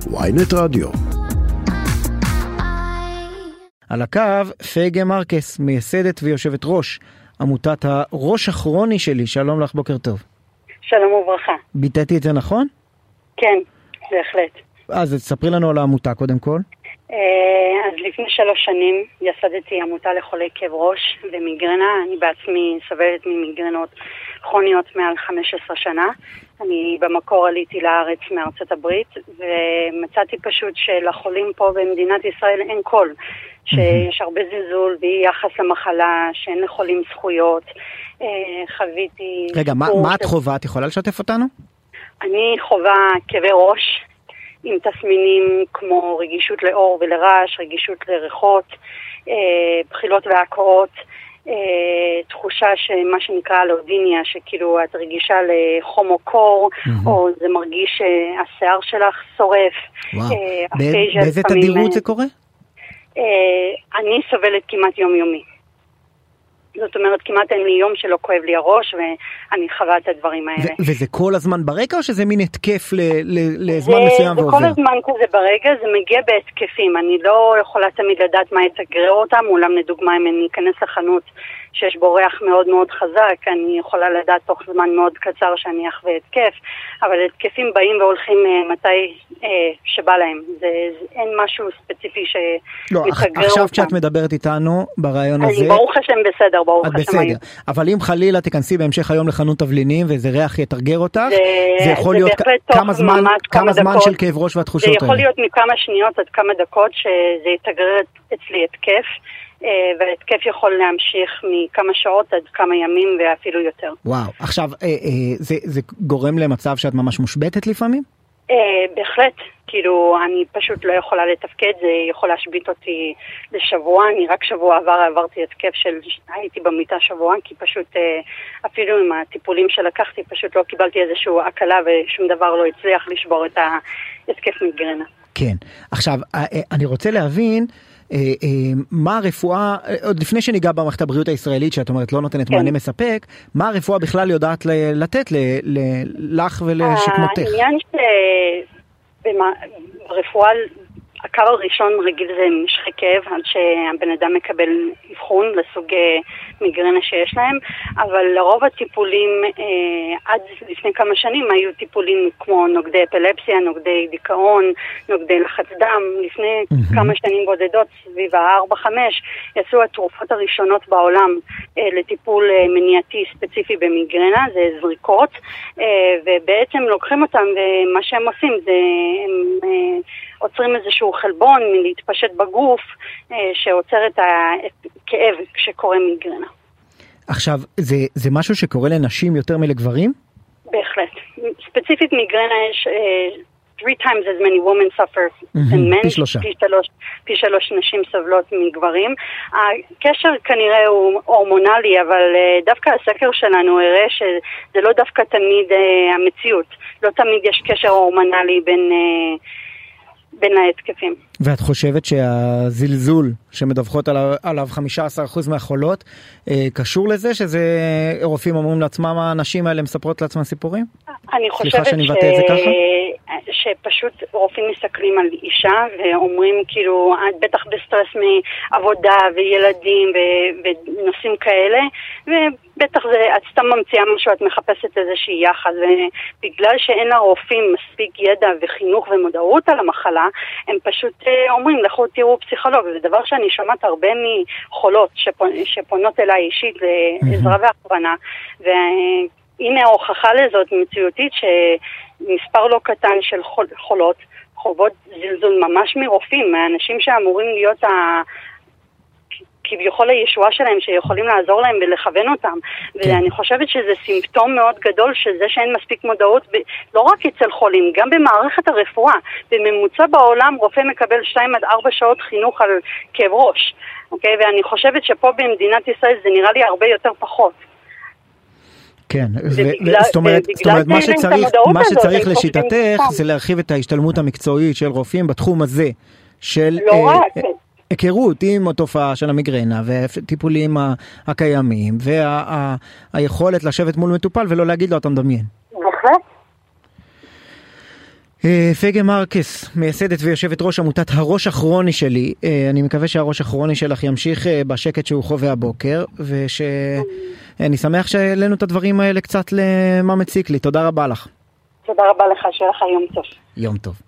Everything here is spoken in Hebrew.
ynet רדיו. על הקו פייגה מרקס, מייסדת ויושבת ראש עמותת הראש הכרוני שלי. שלום לך, בוקר טוב. שלום וברכה. ביטאתי את זה נכון? כן, בהחלט. אז תספרי לנו על העמותה קודם כל. אז לפני 3 שנים יסדתי עמותה לחולי כאב ראש ומיגרנה. אני בעצמי סובלת ממיגרנות כרוניות מעל 15 שנה. אני במקור עליתי לארץ מארצות הברית, ומצאתי פשוט שלחולים פה במדינת ישראל אין קול. שיש הרבה זלזול ביחס למחלה, שאין לחולים זכויות. חוויתי... רגע, מה את חובה? את יכולה לשתף אותנו? אני חובה כאבי ראש, עם תסמינים כמו רגישות לאור ולרעש, רגישות לריחות, בחילות והקאות, תחושה שמה שנקרא לאודיניה, שכאילו את רגישה לחום או קור, או זה מרגיש שהשיער שלך שורף. וואו, באיזה תדירות זה קורה? אני סובלת כמעט יומיומי. זאת אומרת, כמעט אין לי יום שלא כואב לי הראש, ואני חווה את הדברים האלה. וזה כל הזמן ברקע, או שזה מין התקף לזמן מסוים ועובר? זה כל הזמן כזה ברקע, זה מגיע בהתקפים. אני לא יכולה תמיד לדעת מה יתגרר אותם, אולם לדוגמה, אם אני אכנס לחנות שיש בו ריח מאוד מאוד חזק, אני יכולה לדעת תוך זמן מאוד קצר שאני אחווה התקף, אבל התקפים באים והולכים מתי שבא להם. אין משהו ספציפי שמתגרר אותם. לא, עכשיו כשאת מדברת איתנו ברעיון הזה... אני ברוך השם בסדר, ברוך השם. בסדר, אבל אם חלילה תיכנסי בהמשך היום לחנות תבלינים ואיזה ריח יתרגר אותך, זה יכול להיות כמה זמן של כאב ראש והתחושות האלה. זה יכול להיות מכמה שניות עד כמה דקות שזה יתגרר אצלי התקף, והתקף יכול להמשיך מכמה שעות עד כמה ימים ואפילו יותר. וואו, עכשיו, זה גורם למצב שאת ממש מושבתת לפעמים? בהחלט, כאילו אני פשוט לא יכולה לתפקד, זה יכול להשבית אותי לשבוע. אני רק שבוע עברתי התקף הייתי במיטה שבוע, כי פשוט אפילו עם הטיפולים שלקחתי פשוט לא קיבלתי איזשהו הקלה, ושום דבר לא הצליח לשבור את ההתקף מיגרנה. כן, עכשיו אני רוצה להבין מה הרפואה, עוד לפני שניגע במערכת הבריאות הישראלית שאת אומרת לא נותנת מענה מספק, מה הרפואה בכלל יודעת לתת לך ולשכמותך? העניין שברפואה הקו הראשון רגיל זה משכי כאב, עד שהבן אדם מקבל אבחון לסוג מיגרנה שיש להם, אבל לרוב הטיפולים עד לפני כמה שנים היו טיפולים כמו נוגדי אפילפסיה, נוגדי דיכאון, נוגדי לחץ דם. לפני כמה שנים בודדות, סביב 4-5, יצאו התרופות הראשונות בעולם לטיפול מניעתי ספציפי במיגרנה, זה זריקות, ובעצם לוקחים אותם, ומה שהם עושים זה הם עוצרים איזשהו חלבון מלהתפשט בגוף שעוצר את הכאב כשקורה מיגרנה. עכשיו, זה משהו שקורה לנשים יותר מלגברים? בהחלט. ספציפית מיגרנה יש 3 times as many women suffer than men. פי 3 נשים סובלות מגברים. הקשר כנראה הוא הורמונלי, אבל דווקא הסקר שלנו הראה שזה לא דווקא תמיד המציאות. לא תמיד יש קשר הורמונלי בין ההתקפים. ואת חושבת שהזלזול שמדווחות עליו 15% מהחולות קשור לזה שזה רופאים אומרים לעצמם, האנשים האלה מספרות לעצמם סיפורים? אני חושבת שפשוט רופאים מסתכלים על אישה ואומרים כאילו, את בטח בסטרס מעבודה וילדים ונושאים כאלה, ובטח את סתם ממציאה משהו, את מחפשת איזושהי יחד, ובגלל שאין לרופאים מספיק ידע וחינוך ומודעות על המחלה, הם פשוט אומרים, לכו תראו פסיכולוג. זה דבר שאני שומעת הרבה מחולות שפונות אליי אישית לעזרה והכוונה, והנה ההוכחה לזאת מציאותית שמספר לא קטן של חולות חוות זלזול ממש מרופאים, מהאנשים שאמורים להיות כביכול הישועה שלהם, שיכולים לעזור להם ולכוון אותם. ואני חושבת שזה סימפטום מאוד גדול שזה שאין מספיק מודעות, לא רק אצל חולים, גם במערכת הרפואה. בממוצע בעולם רופא מקבל 2-4 שעות חינוך על כאב ראש. אוקיי? ואני חושבת שפה במדינת ישראל זה נראה לי הרבה יותר פחות. כן, זאת אומרת, מה שצריך לשיטתך זה להרחיב את ההשתלמות המקצועית של רופאים בתחום הזה, של היכרות עם התופעה של המיגרנה והטיפולים הקיימים והיכולת לשבת מול מטופל ולא להגיד לו אתה מדמיין. פגה מרקס, מייסדת ויושבת ראש עמותת הראש הכרוני שלי. אני מקווה שהראש הכרוני שלך ימשיך בשקט שהוא חווה הבוקר, ושאני שמח שהעלינו את הדברים האלה קצת למה מציק לי. תודה רבה לך. תודה רבה לך, שיהיה לך יום טוב. יום טוב.